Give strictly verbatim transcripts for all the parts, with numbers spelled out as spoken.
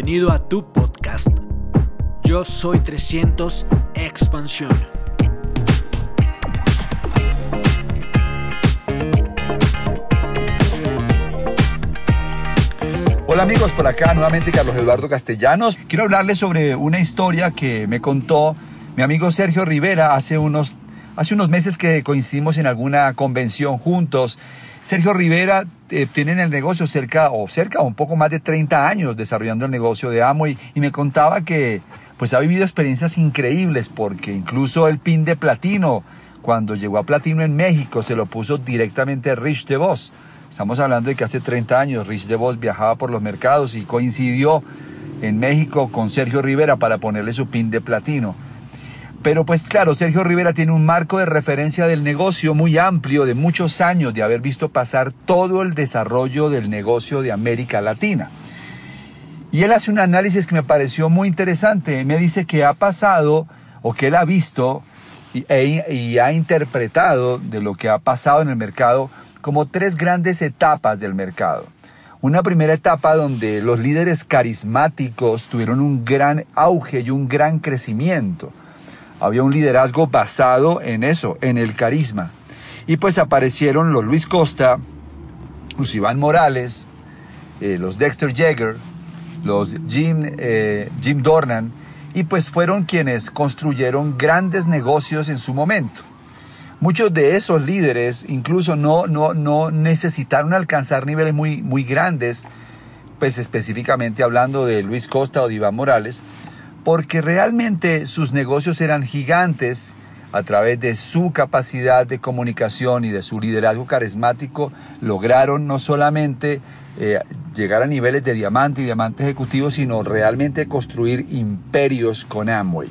Bienvenido a tu podcast. Yo soy trescientos Expansión. Hola amigos, por acá nuevamente Carlos Eduardo Castellanos. Quiero hablarles sobre una historia que me contó mi amigo Sergio Rivera hace unos, hace unos meses que coincidimos en alguna convención juntos. Sergio Rivera eh, tiene en el negocio cerca o cerca o un poco más de treinta años desarrollando el negocio de Amway y me contaba que pues ha vivido experiencias increíbles porque incluso el pin de platino, cuando llegó a platino en México, se lo puso directamente Rich DeVos. Estamos hablando de que hace treinta años Rich DeVos viajaba por los mercados y coincidió en México con Sergio Rivera para ponerle su pin de platino. Pero pues claro, Sergio Rivera tiene un marco de referencia del negocio muy amplio, de muchos años de haber visto pasar todo el desarrollo del negocio de América Latina. Y él hace un análisis que me pareció muy interesante. Me dice que ha pasado, o que él ha visto y, e, y ha interpretado de lo que ha pasado en el mercado como tres grandes etapas del mercado. Una primera etapa donde los líderes carismáticos tuvieron un gran auge y un gran crecimiento. Había un liderazgo basado en eso, en el carisma. Y pues aparecieron los Luis Costa, los Iván Morales, eh, los Dexter Yeager, los Jim, eh, Jim Dornan, y pues fueron quienes construyeron grandes negocios en su momento. Muchos de esos líderes incluso no, no, no necesitaron alcanzar niveles muy, muy grandes, pues específicamente hablando de Luis Costa o de Iván Morales, porque realmente sus negocios eran gigantes. A través de su capacidad de comunicación y de su liderazgo carismático, lograron no solamente eh, llegar a niveles de diamante y diamante ejecutivo, sino realmente construir imperios con Amway.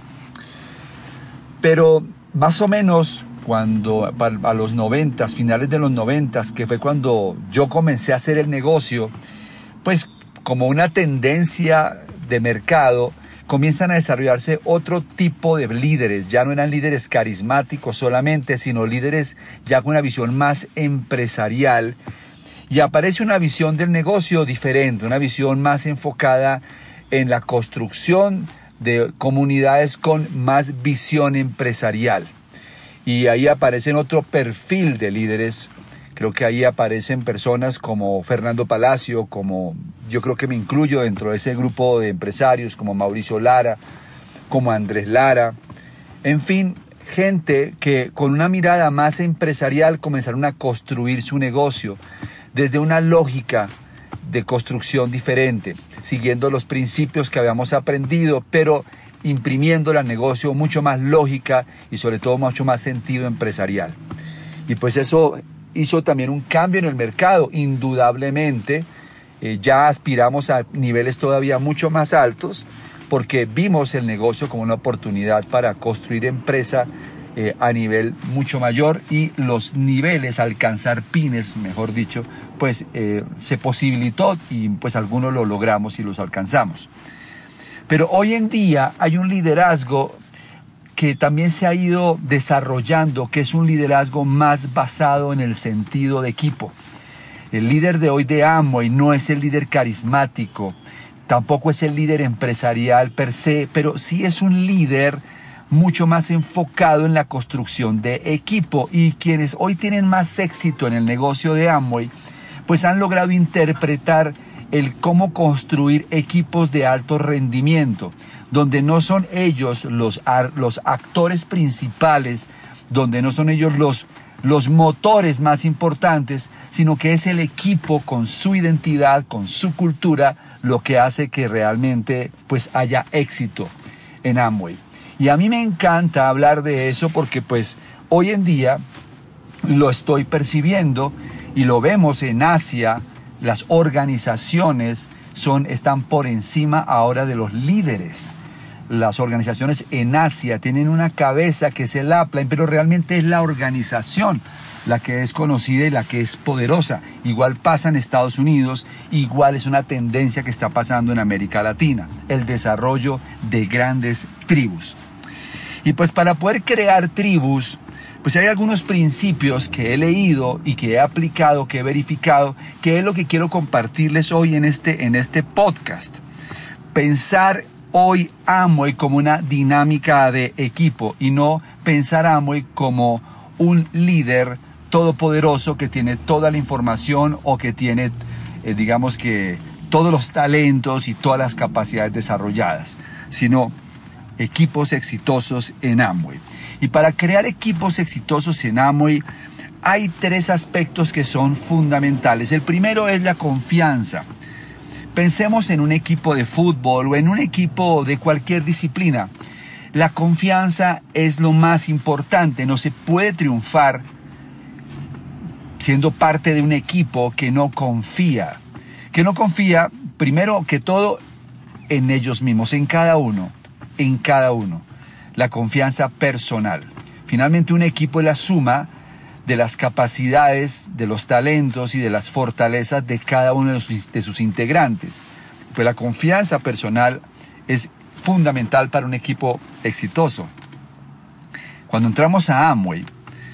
Pero más o menos cuando a los noventas, finales de los noventas, que fue cuando yo comencé a hacer el negocio, pues como una tendencia de mercado, comienzan a desarrollarse otro tipo de líderes. Ya no eran líderes carismáticos solamente, sino líderes ya con una visión más empresarial. Y aparece una visión del negocio diferente, una visión más enfocada en la construcción de comunidades con más visión empresarial. Y ahí aparecen otro perfil de líderes. Creo que ahí aparecen personas como Fernando Palacio, como yo creo que me incluyo dentro de ese grupo de empresarios, como Mauricio Lara, como Andrés Lara. En fin, gente que con una mirada más empresarial comenzaron a construir su negocio desde una lógica de construcción diferente, siguiendo los principios que habíamos aprendido, pero imprimiéndole al negocio mucho más lógica y sobre todo mucho más sentido empresarial. Y pues eso hizo también un cambio en el mercado, indudablemente. Eh, ya aspiramos a niveles todavía mucho más altos porque vimos el negocio como una oportunidad para construir empresa eh, a nivel mucho mayor y los niveles, alcanzar pines, mejor dicho, pues eh, se posibilitó y pues algunos lo logramos y los alcanzamos. Pero hoy en día hay un liderazgo que también se ha ido desarrollando, que es un liderazgo más basado en el sentido de equipo. El líder de hoy de Amway no es el líder carismático, tampoco es el líder empresarial per se, pero sí es un líder mucho más enfocado en la construcción de equipo. Y quienes hoy tienen más éxito en el negocio de Amway, pues han logrado interpretar el cómo construir equipos de alto rendimiento, donde no son ellos los, los actores principales, donde no son ellos los, los motores más importantes, sino que es el equipo con su identidad, con su cultura, lo que hace que realmente pues, haya éxito en Amway. Y a mí me encanta hablar de eso porque pues, hoy en día lo estoy percibiendo y lo vemos en Asia. Las organizaciones son, están por encima ahora de los líderes. Las organizaciones en Asia tienen una cabeza que es el upline, pero realmente es la organización la que es conocida y la que es poderosa. Igual pasa en Estados Unidos, igual es una tendencia que está pasando en América Latina, el desarrollo de grandes tribus. Y pues para poder crear tribus, pues hay algunos principios que he leído y que he aplicado, que he verificado, que es lo que quiero compartirles hoy en este, en este podcast. pensar hoy Amway como una dinámica de equipo y no pensar Amway como un líder todopoderoso que tiene toda la información o que tiene, eh, digamos que, todos los talentos y todas las capacidades desarrolladas, sino equipos exitosos en Amway. Y para crear equipos exitosos en Amway hay tres aspectos que son fundamentales. El primero es la confianza. Pensemos en un equipo de fútbol o en un equipo de cualquier disciplina. La confianza es lo más importante. No se puede triunfar siendo parte de un equipo que no confía. Que no confía, primero que todo, en ellos mismos, en cada uno, en cada uno. La confianza personal. Finalmente, un equipo es la suma de las capacidades, de los talentos y de las fortalezas de cada uno de sus, de sus integrantes. Pues la confianza personal es fundamental para un equipo exitoso. Cuando entramos a Amway,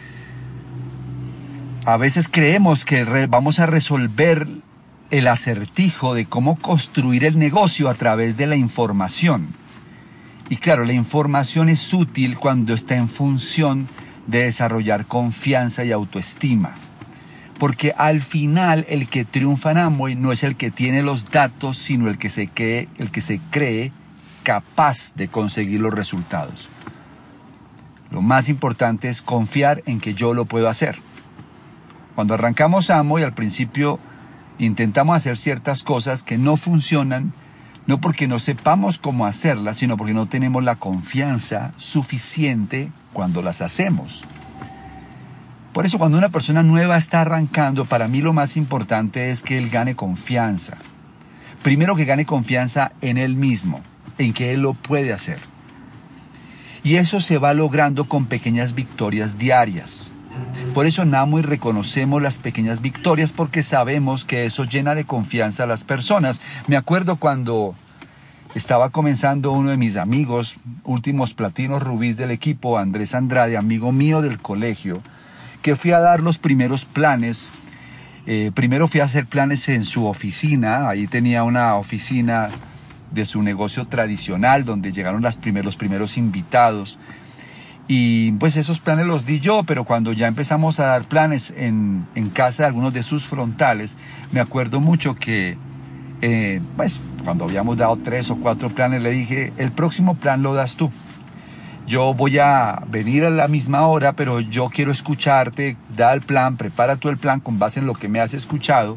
a veces creemos que re, vamos a resolver el acertijo de cómo construir el negocio a través de la información. Y claro, la información es útil cuando está en función de desarrollar confianza y autoestima. Porque al final el que triunfa en Amway no es el que tiene los datos, sino el que se cree, el que se cree capaz de conseguir los resultados. Lo más importante es confiar en que yo lo puedo hacer. Cuando arrancamos Amway, al principio intentamos hacer ciertas cosas que no funcionan, no porque no sepamos cómo hacerlas, sino porque no tenemos la confianza suficiente cuando las hacemos. Por eso cuando una persona nueva está arrancando, para mí lo más importante es que él gane confianza. Primero que gane confianza en él mismo, en que él lo puede hacer. Y eso se va logrando con pequeñas victorias diarias. Por eso en Amway reconocemos las pequeñas victorias porque sabemos que eso llena de confianza a las personas. Me acuerdo cuando estaba comenzando uno de mis amigos, últimos platinos rubíes del equipo, Andrés Andrade, amigo mío del colegio, que fui a dar los primeros planes. Eh, primero fui a hacer planes en su oficina, ahí tenía una oficina de su negocio tradicional donde llegaron las primer, los primeros invitados. Y pues esos planes los di yo, pero cuando ya empezamos a dar planes en, en casa de algunos de sus frontales, me acuerdo mucho que, eh, pues cuando habíamos dado tres o cuatro planes, le dije, el próximo plan lo das tú. Yo voy a venir a la misma hora, pero yo quiero escucharte, da el plan, prepara tú el plan con base en lo que me has escuchado.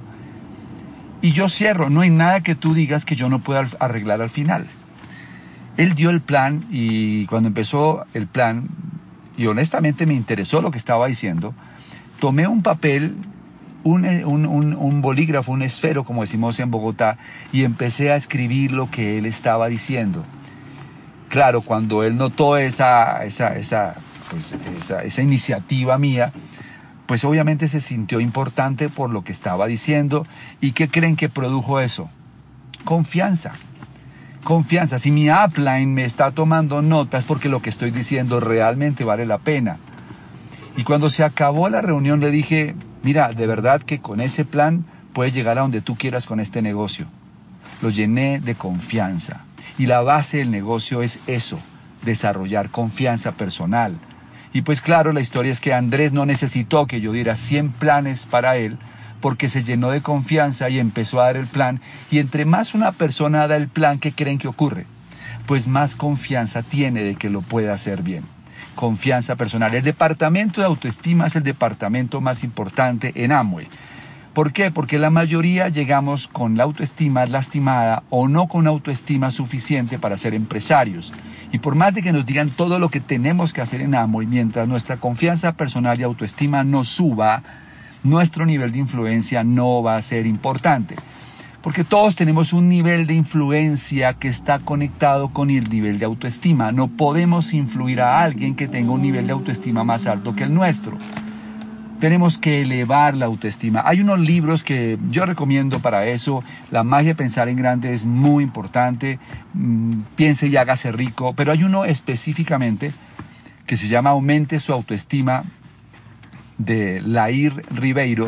Y yo cierro, no hay nada que tú digas que yo no pueda arreglar al final. Él dio el plan y cuando empezó el plan, y honestamente me interesó lo que estaba diciendo, tomé un papel, un, un, un, un bolígrafo, un esfero, como decimos en Bogotá, y empecé a escribir lo que él estaba diciendo. Claro, cuando él notó esa, esa, esa, pues, esa, esa iniciativa mía, pues obviamente se sintió importante por lo que estaba diciendo. ¿Y qué creen que produjo eso? Confianza. Confianza. Si mi upline me está tomando notas porque lo que estoy diciendo realmente vale la pena. Y cuando se acabó la reunión le dije, mira, de verdad que con ese plan puedes llegar a donde tú quieras con este negocio. Lo llené de confianza. Y la base del negocio es eso, desarrollar confianza personal. Y pues claro, la historia es que Andrés no necesitó que yo diera cien planes para él, porque se llenó de confianza y empezó a dar el plan. Y entre más una persona da el plan, ¿qué creen que ocurre? Pues más confianza tiene de que lo puede hacer bien. Confianza personal. El departamento de autoestima es el departamento más importante en Amway. ¿Por qué? Porque la mayoría llegamos con la autoestima lastimada o no con autoestima suficiente para ser empresarios. Y por más de que nos digan todo lo que tenemos que hacer en Amway, mientras nuestra confianza personal y autoestima no suba, nuestro nivel de influencia no va a ser importante. Porque todos tenemos un nivel de influencia que está conectado con el nivel de autoestima. No podemos influir a alguien que tenga un nivel de autoestima más alto que el nuestro. Tenemos que elevar la autoestima. Hay unos libros que yo recomiendo para eso. La magia de pensar en grande es muy importante. Piense y hágase rico. Pero hay uno específicamente que se llama Aumente su autoestima, de Lair Ribeiro,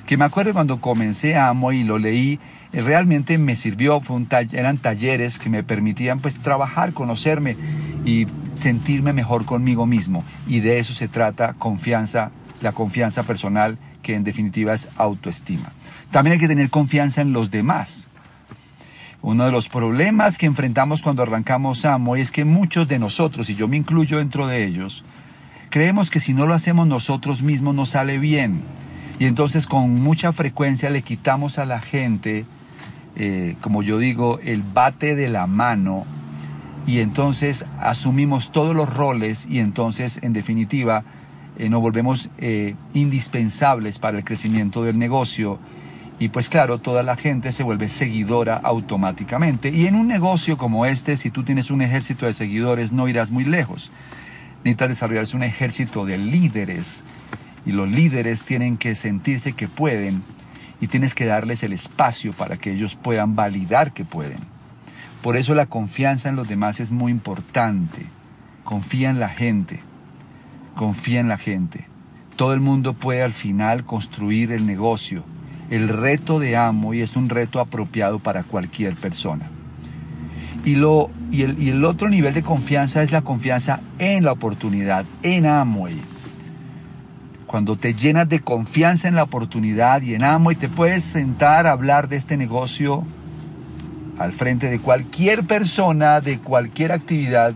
que me acuerdo cuando comencé Amway y lo leí, eh, realmente me sirvió, fue un tall- eran talleres que me permitían pues trabajar, conocerme y sentirme mejor conmigo mismo. Y de eso se trata confianza, la confianza personal, que en definitiva es autoestima. También hay que tener confianza en los demás. Uno de los problemas que enfrentamos cuando arrancamos Amway es que muchos de nosotros, y yo me incluyo dentro de ellos, creemos que si no lo hacemos nosotros mismos no sale bien. Y entonces con mucha frecuencia le quitamos a la gente, eh, como yo digo, el bate de la mano, y entonces asumimos todos los roles y entonces en definitiva eh, nos volvemos eh, indispensables para el crecimiento del negocio. Y pues claro, toda la gente se vuelve seguidora automáticamente. Y en un negocio como este, si tú tienes un ejército de seguidores, no irás muy lejos. Necesitas desarrollarse un ejército de líderes. Y los líderes tienen que sentirse que pueden. Y tienes que darles el espacio para que ellos puedan validar que pueden. Por eso la confianza en los demás es muy importante. Confía en la gente. Confía en la gente. Todo el mundo puede al final construir el negocio. El reto de Amway es un reto apropiado para cualquier persona. Y, lo, y, el, y el otro nivel de confianza es la confianza en la oportunidad, en Amway. Cuando te llenas de confianza en la oportunidad y en Amway, te puedes sentar a hablar de este negocio al frente de cualquier persona, de cualquier actividad,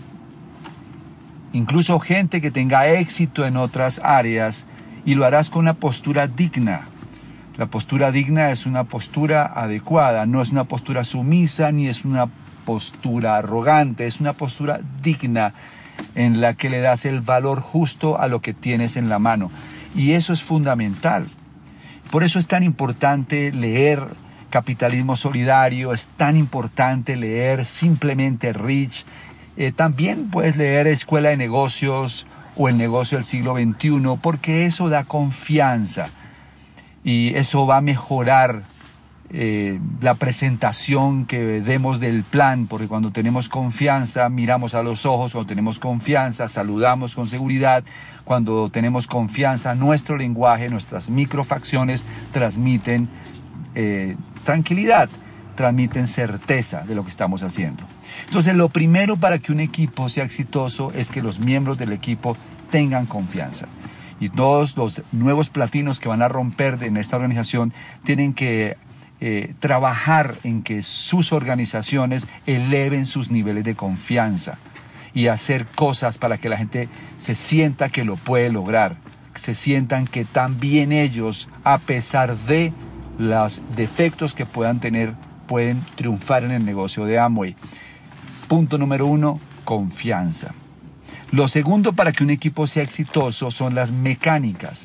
incluso gente que tenga éxito en otras áreas, y lo harás con una postura digna. La postura digna es una postura adecuada, no es una postura sumisa ni es una postura arrogante, es una postura digna en la que le das el valor justo a lo que tienes en la mano. Y eso es fundamental. Por eso es tan importante leer Capitalismo Solidario, es tan importante leer simplemente Rich. Eh, también puedes leer Escuela de Negocios o El Negocio del Siglo veintiuno, porque eso da confianza. Y eso va a mejorar eh, la presentación que demos del plan, porque cuando tenemos confianza, miramos a los ojos, cuando tenemos confianza, saludamos con seguridad, cuando tenemos confianza, nuestro lenguaje, nuestras microfacciones transmiten eh, tranquilidad, transmiten certeza de lo que estamos haciendo. Entonces, lo primero para que un equipo sea exitoso es que los miembros del equipo tengan confianza. Y todos los nuevos platinos que van a romper en esta organización tienen que eh, trabajar en que sus organizaciones eleven sus niveles de confianza y hacer cosas para que la gente se sienta que lo puede lograr, se sientan que también ellos, a pesar de los defectos que puedan tener, pueden triunfar en el negocio de Amway. Punto número uno, confianza. Lo segundo para que un equipo sea exitoso son las mecánicas.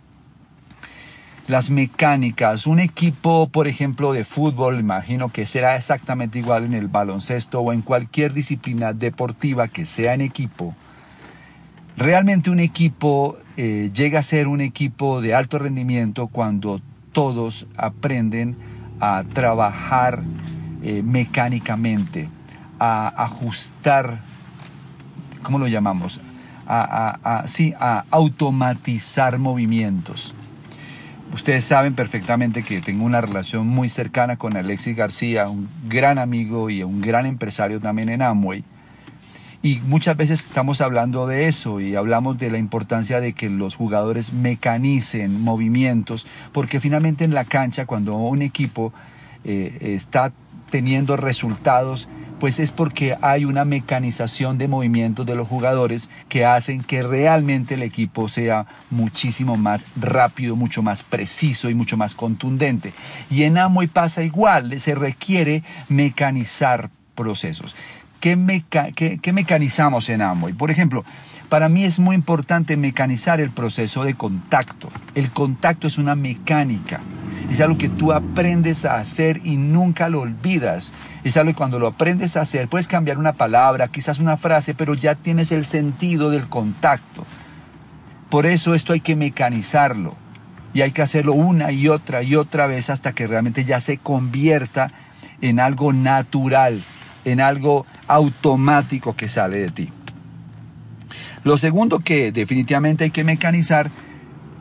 Las mecánicas. Un equipo, por ejemplo, de fútbol, imagino que será exactamente igual en el baloncesto o en cualquier disciplina deportiva que sea en equipo. Realmente un equipo eh, llega a ser un equipo de alto rendimiento cuando todos aprenden a trabajar eh, mecánicamente, a ajustar, ¿cómo lo llamamos? A, a, a, sí, a automatizar movimientos. Ustedes saben perfectamente que tengo una relación muy cercana con Alexis García, un gran amigo y un gran empresario también en Amway. Y muchas veces estamos hablando de eso y hablamos de la importancia de que los jugadores mecanicen movimientos, porque finalmente en la cancha, cuando un equipo eh, está teniendo resultados, pues es porque hay una mecanización de movimientos de los jugadores que hacen que realmente el equipo sea muchísimo más rápido, mucho más preciso y mucho más contundente. Y en Amway pasa igual, se requiere mecanizar procesos. ¿Qué, meca qué, ¿Qué mecanizamos en Amway? Por ejemplo, para mí es muy importante mecanizar el proceso de contacto. El contacto es una mecánica. Es algo que tú aprendes a hacer y nunca lo olvidas. Es algo que cuando lo aprendes a hacer, puedes cambiar una palabra, quizás una frase, pero ya tienes el sentido del contacto. Por eso esto hay que mecanizarlo. Y hay que hacerlo una y otra y otra vez hasta que realmente ya se convierta en algo natural, en algo automático que sale de ti. Lo segundo que definitivamente hay que mecanizar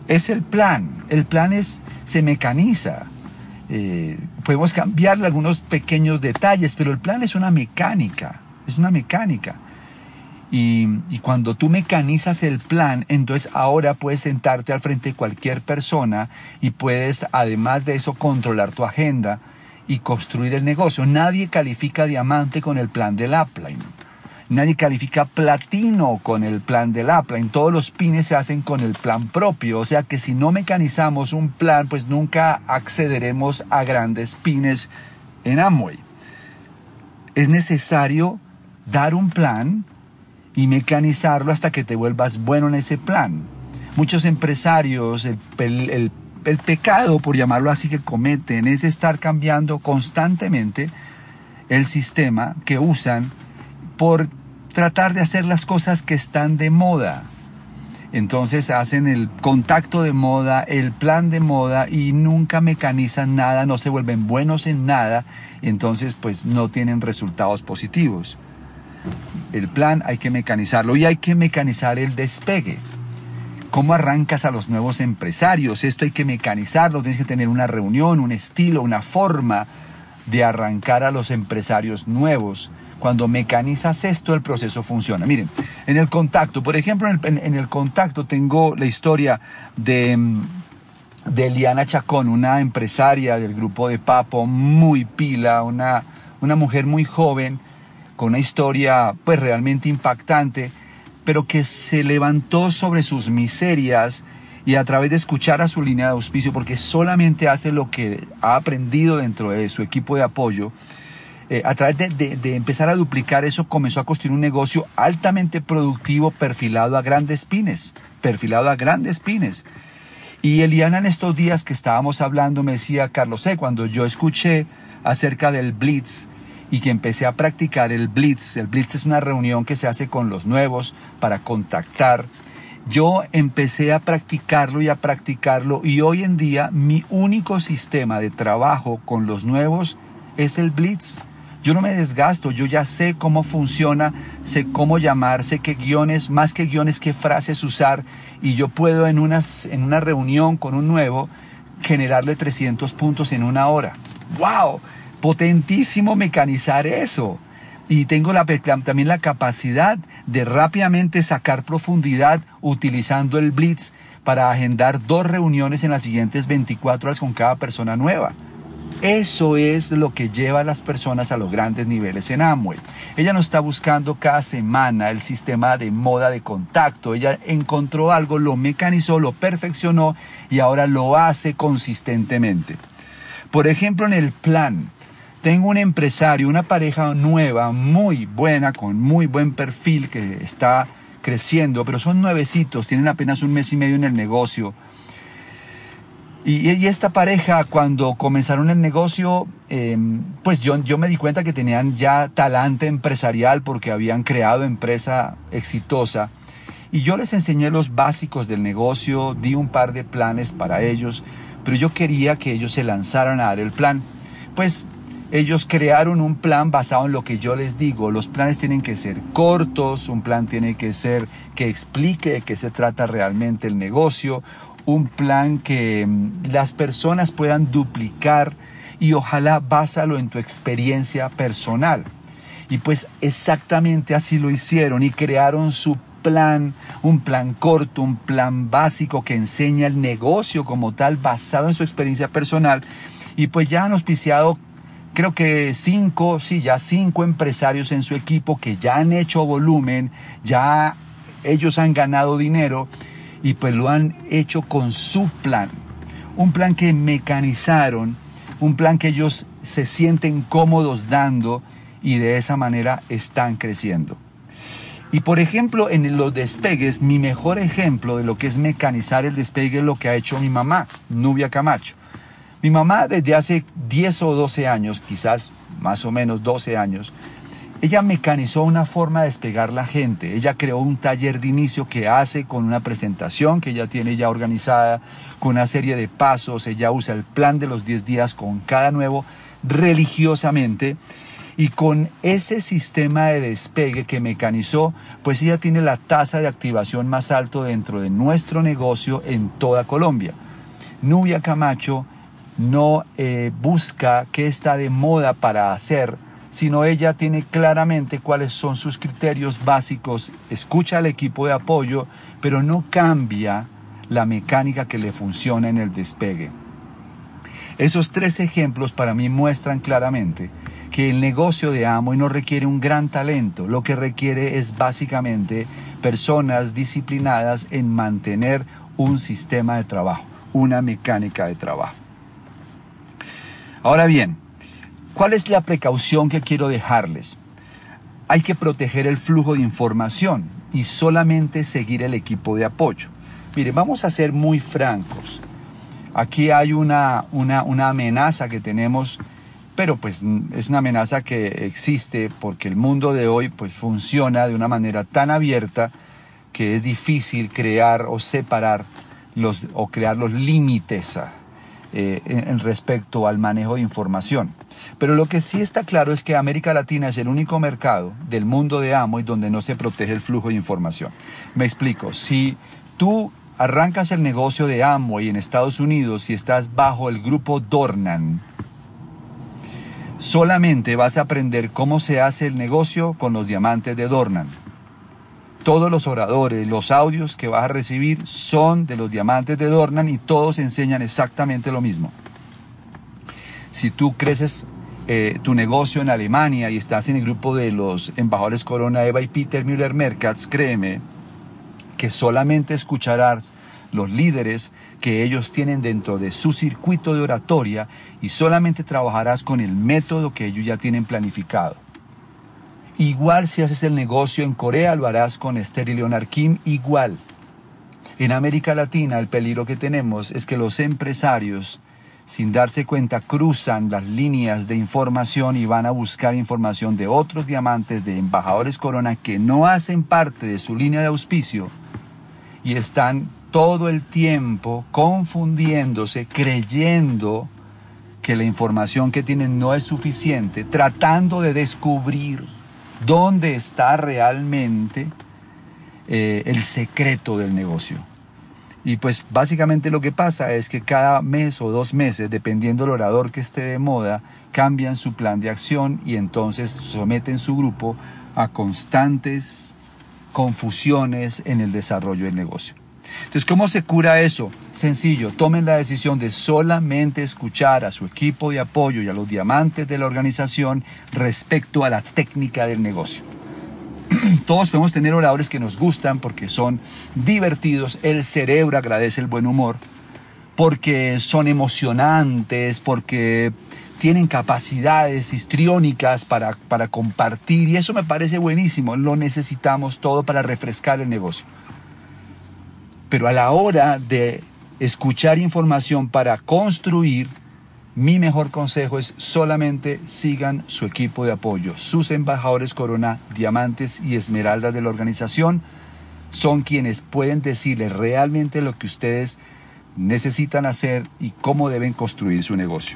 es el plan. El plan es, se mecaniza. Eh, podemos cambiarle algunos pequeños detalles, pero el plan es una mecánica, es una mecánica. Y, y cuando tú mecanizas el plan, entonces ahora puedes sentarte al frente de cualquier persona y puedes, además de eso, controlar tu agenda y construir el negocio. Nadie califica diamante con el plan del upline. Nadie califica platino con el plan del upline. Todos los pines se hacen con el plan propio. O sea que si no mecanizamos un plan, pues nunca accederemos a grandes pines en Amway. Es necesario dar un plan y mecanizarlo hasta que te vuelvas bueno en ese plan. Muchos empresarios, el, el, el, el pecado, por llamarlo así, que cometen es estar cambiando constantemente el sistema que usan por tratar de hacer las cosas que están de moda. Entonces hacen el contacto de moda, el plan de moda y nunca mecanizan nada, no se vuelven buenos en nada, entonces pues no tienen resultados positivos. El plan hay que mecanizarlo y hay que mecanizar el despegue. ¿Cómo arrancas a los nuevos empresarios? Esto hay que mecanizarlo, tienes que tener una reunión, un estilo, una forma de arrancar a los empresarios nuevos. Cuando mecanizas esto, el proceso funciona. Miren, en el contacto, por ejemplo, en el, en el contacto tengo la historia de, de Eliana Chacón, una empresaria del grupo de Papo, muy pila, una, una mujer muy joven, con una historia pues realmente impactante, pero que se levantó sobre sus miserias y a través de escuchar a su línea de auspicio, porque solamente hace lo que ha aprendido dentro de su equipo de apoyo, eh, a través de, de, de empezar a duplicar eso, comenzó a construir un negocio altamente productivo, perfilado a grandes pines, perfilado a grandes pines. Y Eliana, en estos días que estábamos hablando, me decía: Carlos, eh, cuando yo escuché acerca del Blitz, y que empecé a practicar el Blitz. El Blitz es una reunión que se hace con los nuevos para contactar. Yo empecé a practicarlo y a practicarlo y hoy en día mi único sistema de trabajo con los nuevos es el Blitz. Yo no me desgasto, yo ya sé cómo funciona, sé cómo llamar, sé qué guiones, más que guiones, qué frases usar y yo puedo en, unas, en una reunión con un nuevo generarle trescientos puntos en una hora. ¡Wow! Potentísimo mecanizar eso. Y tengo la, también la capacidad de rápidamente sacar profundidad utilizando el Blitz para agendar dos reuniones en las siguientes veinticuatro horas con cada persona nueva. Eso es lo que lleva a las personas a los grandes niveles en Amway. Ella no está buscando cada semana el sistema de moda de contacto. Ella encontró algo, lo mecanizó, lo perfeccionó y ahora lo hace consistentemente. Por ejemplo, en el plan, tengo un empresario, una pareja nueva, muy buena, con muy buen perfil, que está creciendo, pero son nuevecitos, tienen apenas un mes y medio en el negocio. Y, y esta pareja, cuando comenzaron el negocio, eh, pues yo, yo me di cuenta que tenían ya talante empresarial porque habían creado empresa exitosa. Y yo les enseñé los básicos del negocio, di un par de planes para ellos, pero yo quería que ellos se lanzaran a dar el plan. Pues ellos crearon un plan basado en lo que yo les digo. Los planes tienen que ser cortos, un plan tiene que ser que explique de qué se trata realmente el negocio, un plan que las personas puedan duplicar y ojalá básalo en tu experiencia personal. Y pues exactamente así lo hicieron y crearon su plan, un plan corto, un plan básico que enseña el negocio como tal basado en su experiencia personal. Y pues ya han auspiciado creo que cinco, sí, ya cinco empresarios en su equipo que ya han hecho volumen, ya ellos han ganado dinero y pues lo han hecho con su plan. Un plan que mecanizaron, un plan que ellos se sienten cómodos dando y de esa manera están creciendo. Y por ejemplo, en los despegues, mi mejor ejemplo de lo que es mecanizar el despegue es lo que ha hecho mi mamá, Nubia Camacho. Mi mamá desde hace diez o doce años, quizás más o menos doce años, ella mecanizó una forma de despegar la gente. Ella creó un taller de inicio que hace con una presentación que ella tiene ya organizada, con una serie de pasos. Ella usa el plan de los diez días con cada nuevo religiosamente. Y con ese sistema de despegue que mecanizó, pues ella tiene la tasa de activación más alto dentro de nuestro negocio en toda Colombia. Nubia Camacho no eh, busca qué está de moda para hacer, sino ella tiene claramente cuáles son sus criterios básicos, escucha al equipo de apoyo, pero no cambia la mecánica que le funciona en el despegue. Esos tres ejemplos para mí muestran claramente que el negocio de Amway no requiere un gran talento, lo que requiere es básicamente personas disciplinadas en mantener un sistema de trabajo, una mecánica de trabajo. Ahora bien, ¿cuál es la precaución que quiero dejarles? Hay que proteger el flujo de información y solamente seguir el equipo de apoyo. Miren, vamos a ser muy francos. Aquí hay una, una, una amenaza que tenemos, pero pues es una amenaza que existe porque el mundo de hoy pues funciona de una manera tan abierta que es difícil crear o separar los, o crear los límites eh, en, en respecto al manejo de información. Pero lo que sí está claro es que América Latina es el único mercado del mundo de Amway donde no se protege el flujo de información. Me explico, si tú arrancas el negocio de Amway en Estados Unidos y estás bajo el grupo Dornan, solamente vas a aprender cómo se hace el negocio con los diamantes de Dornan. Todos los oradores, los audios que vas a recibir son de los diamantes de Dornan y todos enseñan exactamente lo mismo. Si tú creces eh, tu negocio en Alemania y estás en el grupo de los embajadores Corona, Eva y Peter Müller-Merkatz, créeme que solamente escucharás los líderes que ellos tienen dentro de su circuito de oratoria y solamente trabajarás con el método que ellos ya tienen planificado. Igual si haces el negocio en Corea, lo harás con Esther y Leonard Kim, igual. En América Latina el peligro que tenemos es que los empresarios, sin darse cuenta, cruzan las líneas de información y van a buscar información de otros diamantes, de embajadores Corona que no hacen parte de su línea de auspicio y están todo el tiempo confundiéndose, creyendo que la información que tienen no es suficiente, tratando de descubrir dónde está realmente eh, el secreto del negocio. Y pues básicamente lo que pasa es que cada mes o dos meses, dependiendo del orador que esté de moda, cambian su plan de acción y entonces someten su grupo a constantes confusiones en el desarrollo del negocio. Entonces, ¿cómo se cura eso? Sencillo, tomen la decisión de solamente escuchar a su equipo de apoyo y a los diamantes de la organización respecto a la técnica del negocio. Todos podemos tener oradores que nos gustan porque son divertidos, el cerebro agradece el buen humor, porque son emocionantes, porque tienen capacidades histriónicas para, para compartir y eso me parece buenísimo, lo necesitamos todo para refrescar el negocio. Pero a la hora de escuchar información para construir, mi mejor consejo es solamente sigan su equipo de apoyo. Sus embajadores Corona, diamantes y esmeraldas de la organización son quienes pueden decirles realmente lo que ustedes necesitan hacer y cómo deben construir su negocio.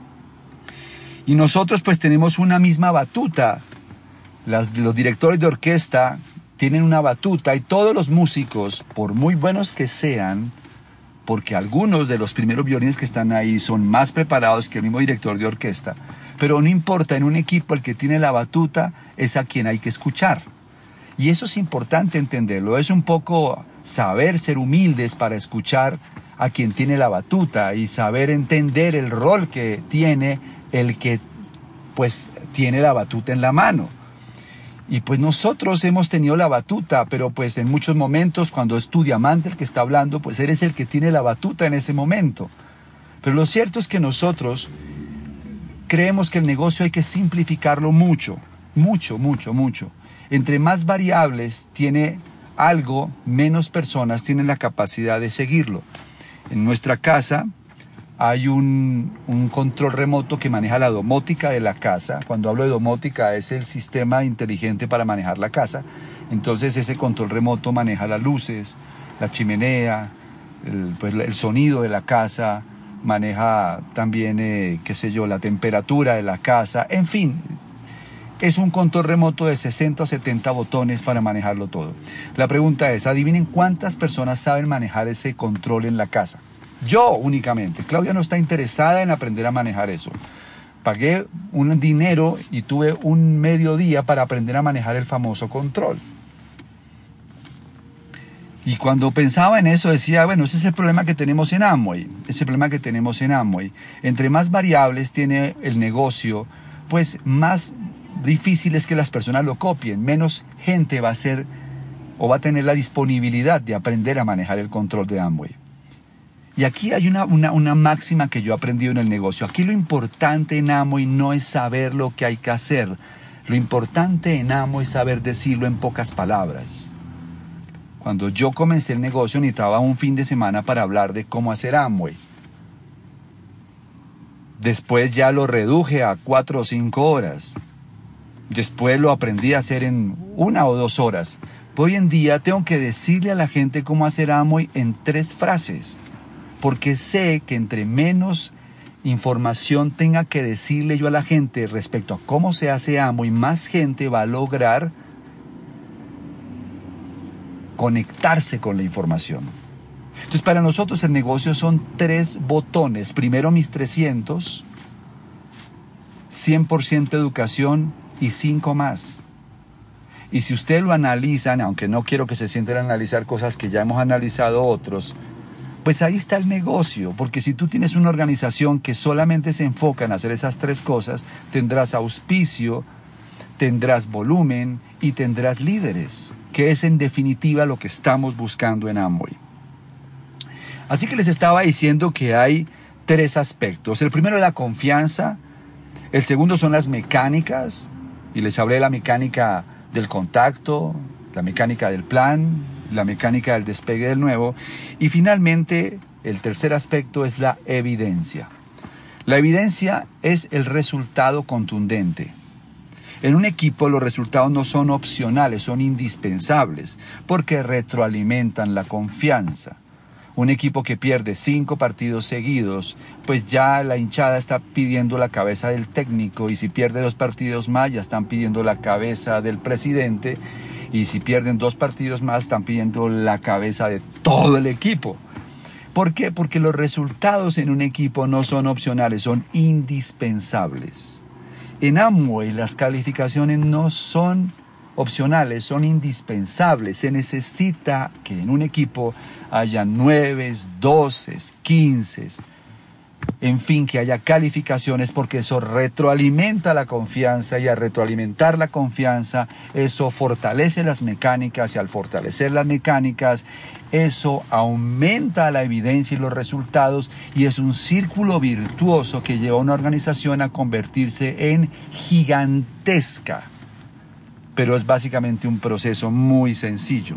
Y nosotros pues tenemos una misma batuta. Las, los directores de orquesta tienen una batuta y todos los músicos, por muy buenos que sean, porque algunos de los primeros violines que están ahí son más preparados que el mismo director de orquesta, pero no importa, en un equipo el que tiene la batuta es a quien hay que escuchar. Y eso es importante entenderlo, es un poco saber ser humildes para escuchar a quien tiene la batuta y saber entender el rol que tiene el que pues tiene la batuta en la mano. Y pues nosotros hemos tenido la batuta, pero pues en muchos momentos cuando es tu diamante el que está hablando, pues eres el que tiene la batuta en ese momento. Pero lo cierto es que nosotros creemos que el negocio hay que simplificarlo mucho, mucho, mucho, mucho. Entre más variables tiene algo, menos personas tienen la capacidad de seguirlo. En nuestra casa hay un, un control remoto que maneja la domótica de la casa. Cuando hablo de domótica es el sistema inteligente para manejar la casa. Entonces ese control remoto maneja las luces, la chimenea, el, pues, el sonido de la casa, maneja también, eh, qué sé yo, la temperatura de la casa, en fin. es un control remoto de sesenta o setenta botones para manejarlo todo. La pregunta es, adivinen cuántas personas saben manejar ese control en la casa. Yo únicamente. Claudia no está interesada en aprender a manejar eso. Pagué un dinero y tuve un mediodía para aprender a manejar el famoso control. Y cuando pensaba en eso decía, bueno, ese es el problema que tenemos en Amway. Ese es el problema que tenemos en Amway. Entre más variables tiene el negocio, pues más difícil es que las personas lo copien. Menos gente va a ser o va a tener la disponibilidad de aprender a manejar el control de Amway. Y aquí hay una, una, una máxima que yo he aprendido en el negocio. Aquí lo importante en Amway no es saber lo que hay que hacer. Lo importante en Amway es saber decirlo en pocas palabras. Cuando yo comencé el negocio necesitaba un fin de semana para hablar de cómo hacer Amway. Después ya lo reduje a cuatro o cinco horas. Después lo aprendí a hacer en una o dos horas. Hoy en día tengo que decirle a la gente cómo hacer Amway en tres frases. Porque sé que entre menos información tenga que decirle yo a la gente respecto a cómo se hace Amway, más gente va a lograr conectarse con la información. Entonces, para nosotros el negocio son tres botones. Primero mis trescientos, cien por ciento educación y cinco más. Y si ustedes lo analizan, aunque no quiero que se sienten a analizar cosas que ya hemos analizado otros, pues ahí está el negocio, porque si tú tienes una organización que solamente se enfoca en hacer esas tres cosas, tendrás auspicio, tendrás volumen y tendrás líderes, que es en definitiva lo que estamos buscando en Amway. Así que les estaba diciendo que hay tres aspectos. El primero es la confianza, el segundo son las mecánicas, y les hablé de la mecánica del contacto, la mecánica del plan, la mecánica del despegue del nuevo, y finalmente el tercer aspecto es la evidencia. La evidencia es el resultado contundente. En un equipo los resultados no son opcionales, son indispensables, porque retroalimentan la confianza. Un equipo que pierde cinco partidos seguidos, pues ya la hinchada está pidiendo la cabeza del técnico, y si pierde dos partidos más ya están pidiendo la cabeza del presidente, y si pierden dos partidos más están pidiendo la cabeza de todo el equipo. ¿Por qué? Porque los resultados en un equipo no son opcionales, son indispensables. En Amway las calificaciones no son opcionales, son indispensables. Se necesita que en un equipo haya nueve, doce, quince, en fin, que haya calificaciones, porque eso retroalimenta la confianza, y al retroalimentar la confianza, eso fortalece las mecánicas, y al fortalecer las mecánicas, eso aumenta la evidencia y los resultados, y es un círculo virtuoso que lleva a una organización a convertirse en gigantesca. Pero es básicamente un proceso muy sencillo.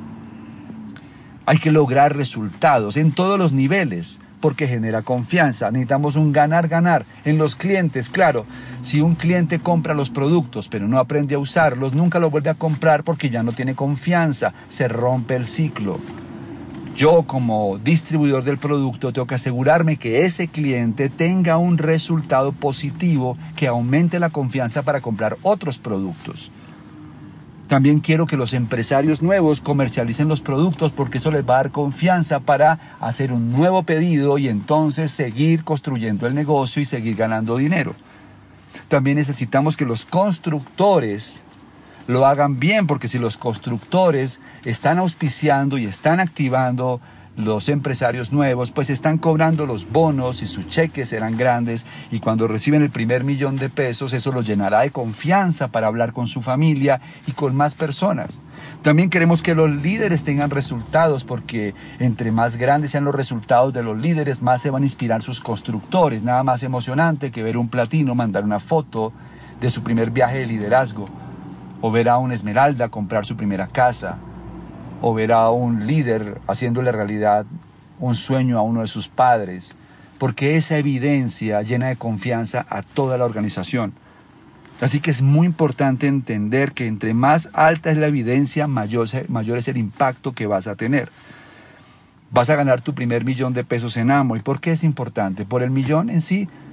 Hay que lograr resultados en todos los niveles, porque genera confianza. Necesitamos un ganar-ganar en los clientes. Claro, si un cliente compra los productos pero no aprende a usarlos, nunca lo vuelve a comprar porque ya no tiene confianza. Se rompe el ciclo. Yo, como distribuidor del producto, tengo que asegurarme que ese cliente tenga un resultado positivo que aumente la confianza para comprar otros productos. También quiero que los empresarios nuevos comercialicen los productos, porque eso les va a dar confianza para hacer un nuevo pedido y entonces seguir construyendo el negocio y seguir ganando dinero. También necesitamos que los constructores lo hagan bien, porque si los constructores están auspiciando y están activando los empresarios nuevos, pues están cobrando los bonos y sus cheques serán grandes, y cuando reciben el primer millón de pesos, eso los llenará de confianza para hablar con su familia y con más personas. También queremos que los líderes tengan resultados, porque entre más grandes sean los resultados de los líderes, más se van a inspirar sus constructores. Nada más emocionante que ver un platino mandar una foto de su primer viaje de liderazgo, o ver a un esmeralda comprar su primera casa, o ver a un líder haciéndole realidad un sueño a uno de sus padres, porque esa evidencia llena de confianza a toda la organización. Así que es muy importante entender que entre más alta es la evidencia, mayor, mayor es el impacto que vas a tener. Vas a ganar tu primer millón de pesos en Amway. ¿Por qué es importante? Por el millón en sí,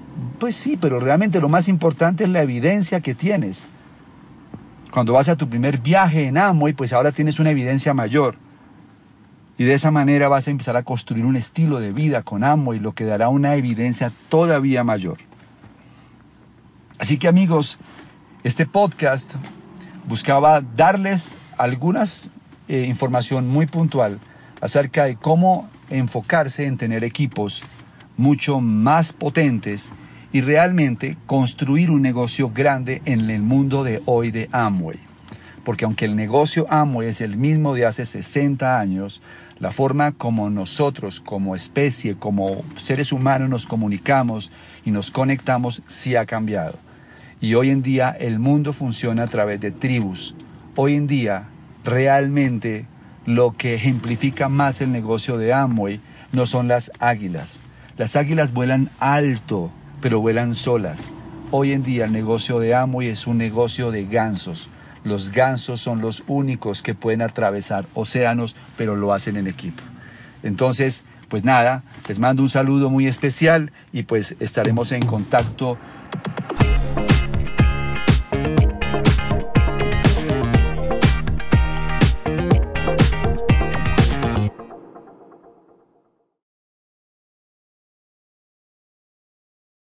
Pues sí, pero realmente lo más importante es la evidencia que tienes. Cuando vas a tu primer viaje en Amway, pues ahora tienes una evidencia mayor. Y de esa manera vas a empezar a construir un estilo de vida con Amway, lo que dará una evidencia todavía mayor. Así que amigos, este podcast buscaba darles algunas eh, información muy puntual acerca de cómo enfocarse en tener equipos mucho más potentes y realmente construir un negocio grande en el mundo de hoy de Amway. Porque aunque el negocio Amway es el mismo de hace sesenta años, la forma como nosotros como especie, como seres humanos nos comunicamos y nos conectamos sí ha cambiado. Y hoy en día el mundo funciona a través de tribus. Hoy en día realmente lo que ejemplifica más el negocio de Amway no son las águilas. Las águilas vuelan alto, pero vuelan solas. Hoy en día el negocio de Amway es un negocio de gansos. Los gansos son los únicos que pueden atravesar océanos, pero lo hacen en equipo. Entonces, pues nada, les mando un saludo muy especial y pues estaremos en contacto